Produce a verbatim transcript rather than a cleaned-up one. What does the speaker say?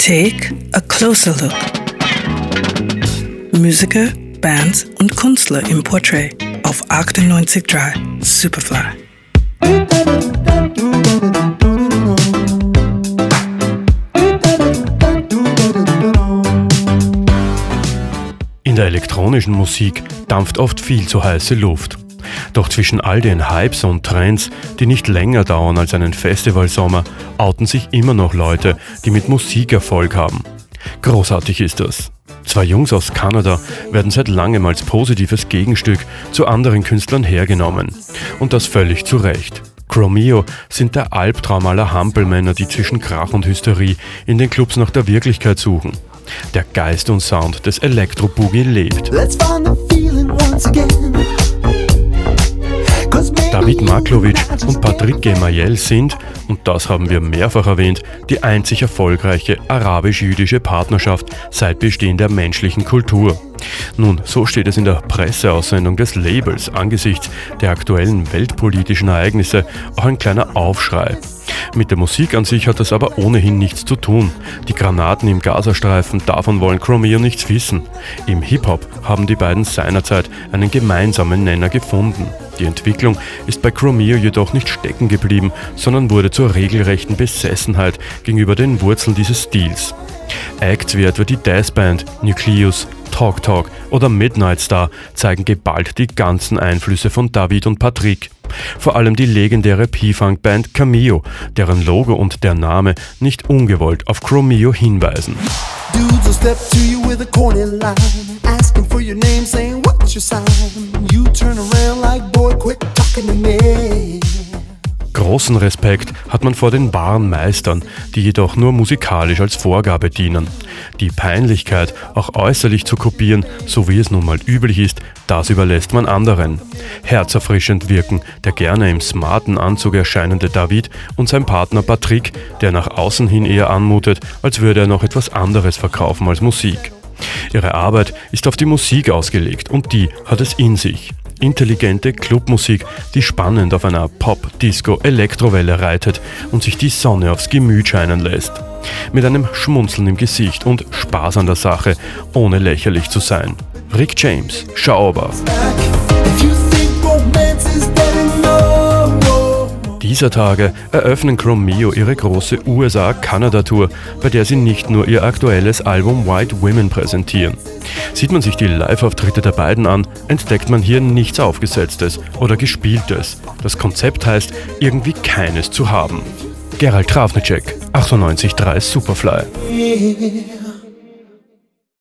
Take a closer look. Musiker, Bands und Künstler im Portrait auf achtundneunzig Komma drei Superfly. In der elektronischen Musik dampft oft viel zu heiße Luft. Doch zwischen all den Hypes und Trends, die nicht länger dauern als einen Festivalsommer, outen sich immer noch Leute, die mit Musik Erfolg haben. Großartig ist das. Zwei Jungs aus Kanada werden seit langem als positives Gegenstück zu anderen Künstlern hergenommen. Und das völlig zu Recht. Chromeo sind der Albtraum aller Hampelmänner, die zwischen Krach und Hysterie in den Clubs nach der Wirklichkeit suchen. Der Geist und Sound des Elektro-Boogie lebt. David Maklovic und Patrick Gemayel sind, und das haben wir mehrfach erwähnt, die einzig erfolgreiche arabisch-jüdische Partnerschaft seit Bestehen der menschlichen Kultur. Nun, so steht es in der Presseaussendung des Labels angesichts der aktuellen weltpolitischen Ereignisse auch ein kleiner Aufschrei. Mit der Musik an sich hat das aber ohnehin nichts zu tun. Die Granaten im Gazastreifen, davon wollen Chromeo nichts wissen. Im Hip-Hop haben die beiden seinerzeit einen gemeinsamen Nenner gefunden. Die Entwicklung ist bei Chromeo jedoch nicht stecken geblieben, sondern wurde zur regelrechten Besessenheit gegenüber den Wurzeln dieses Stils. Acts wie etwa die Deathband, Nucleus, Talk Talk oder Midnight Star zeigen geballt die ganzen Einflüsse von David und Patrick. Vor allem die legendäre P-Funk-Band Cameo, deren Logo und der Name nicht ungewollt auf Chromeo hinweisen. Großen Respekt hat man vor den wahren Meistern, die jedoch nur musikalisch als Vorgabe dienen. Die Peinlichkeit, auch äußerlich zu kopieren, so wie es nun mal üblich ist, das überlässt man anderen. Herzerfrischend wirken der gerne im smarten Anzug erscheinende David und sein Partner Patrick, der nach außen hin eher anmutet, als würde er noch etwas anderes verkaufen als Musik. Ihre Arbeit ist auf die Musik ausgelegt und die hat es in sich. Intelligente Clubmusik, die spannend auf einer Pop-Disco-Elektrowelle reitet und sich die Sonne aufs Gemüt scheinen lässt. Mit einem Schmunzeln im Gesicht und Spaß an der Sache, ohne lächerlich zu sein. Rick James, Schauber. Dieser Tage eröffnen Chromeo ihre große U S A-Kanada-Tour, bei der sie nicht nur ihr aktuelles Album White Women präsentieren. Sieht man sich die Live-Auftritte der beiden an, entdeckt man hier nichts Aufgesetztes oder Gespieltes. Das Konzept heißt, irgendwie keines zu haben. Gerald Trafnicek, achtundneunzig Komma drei Superfly.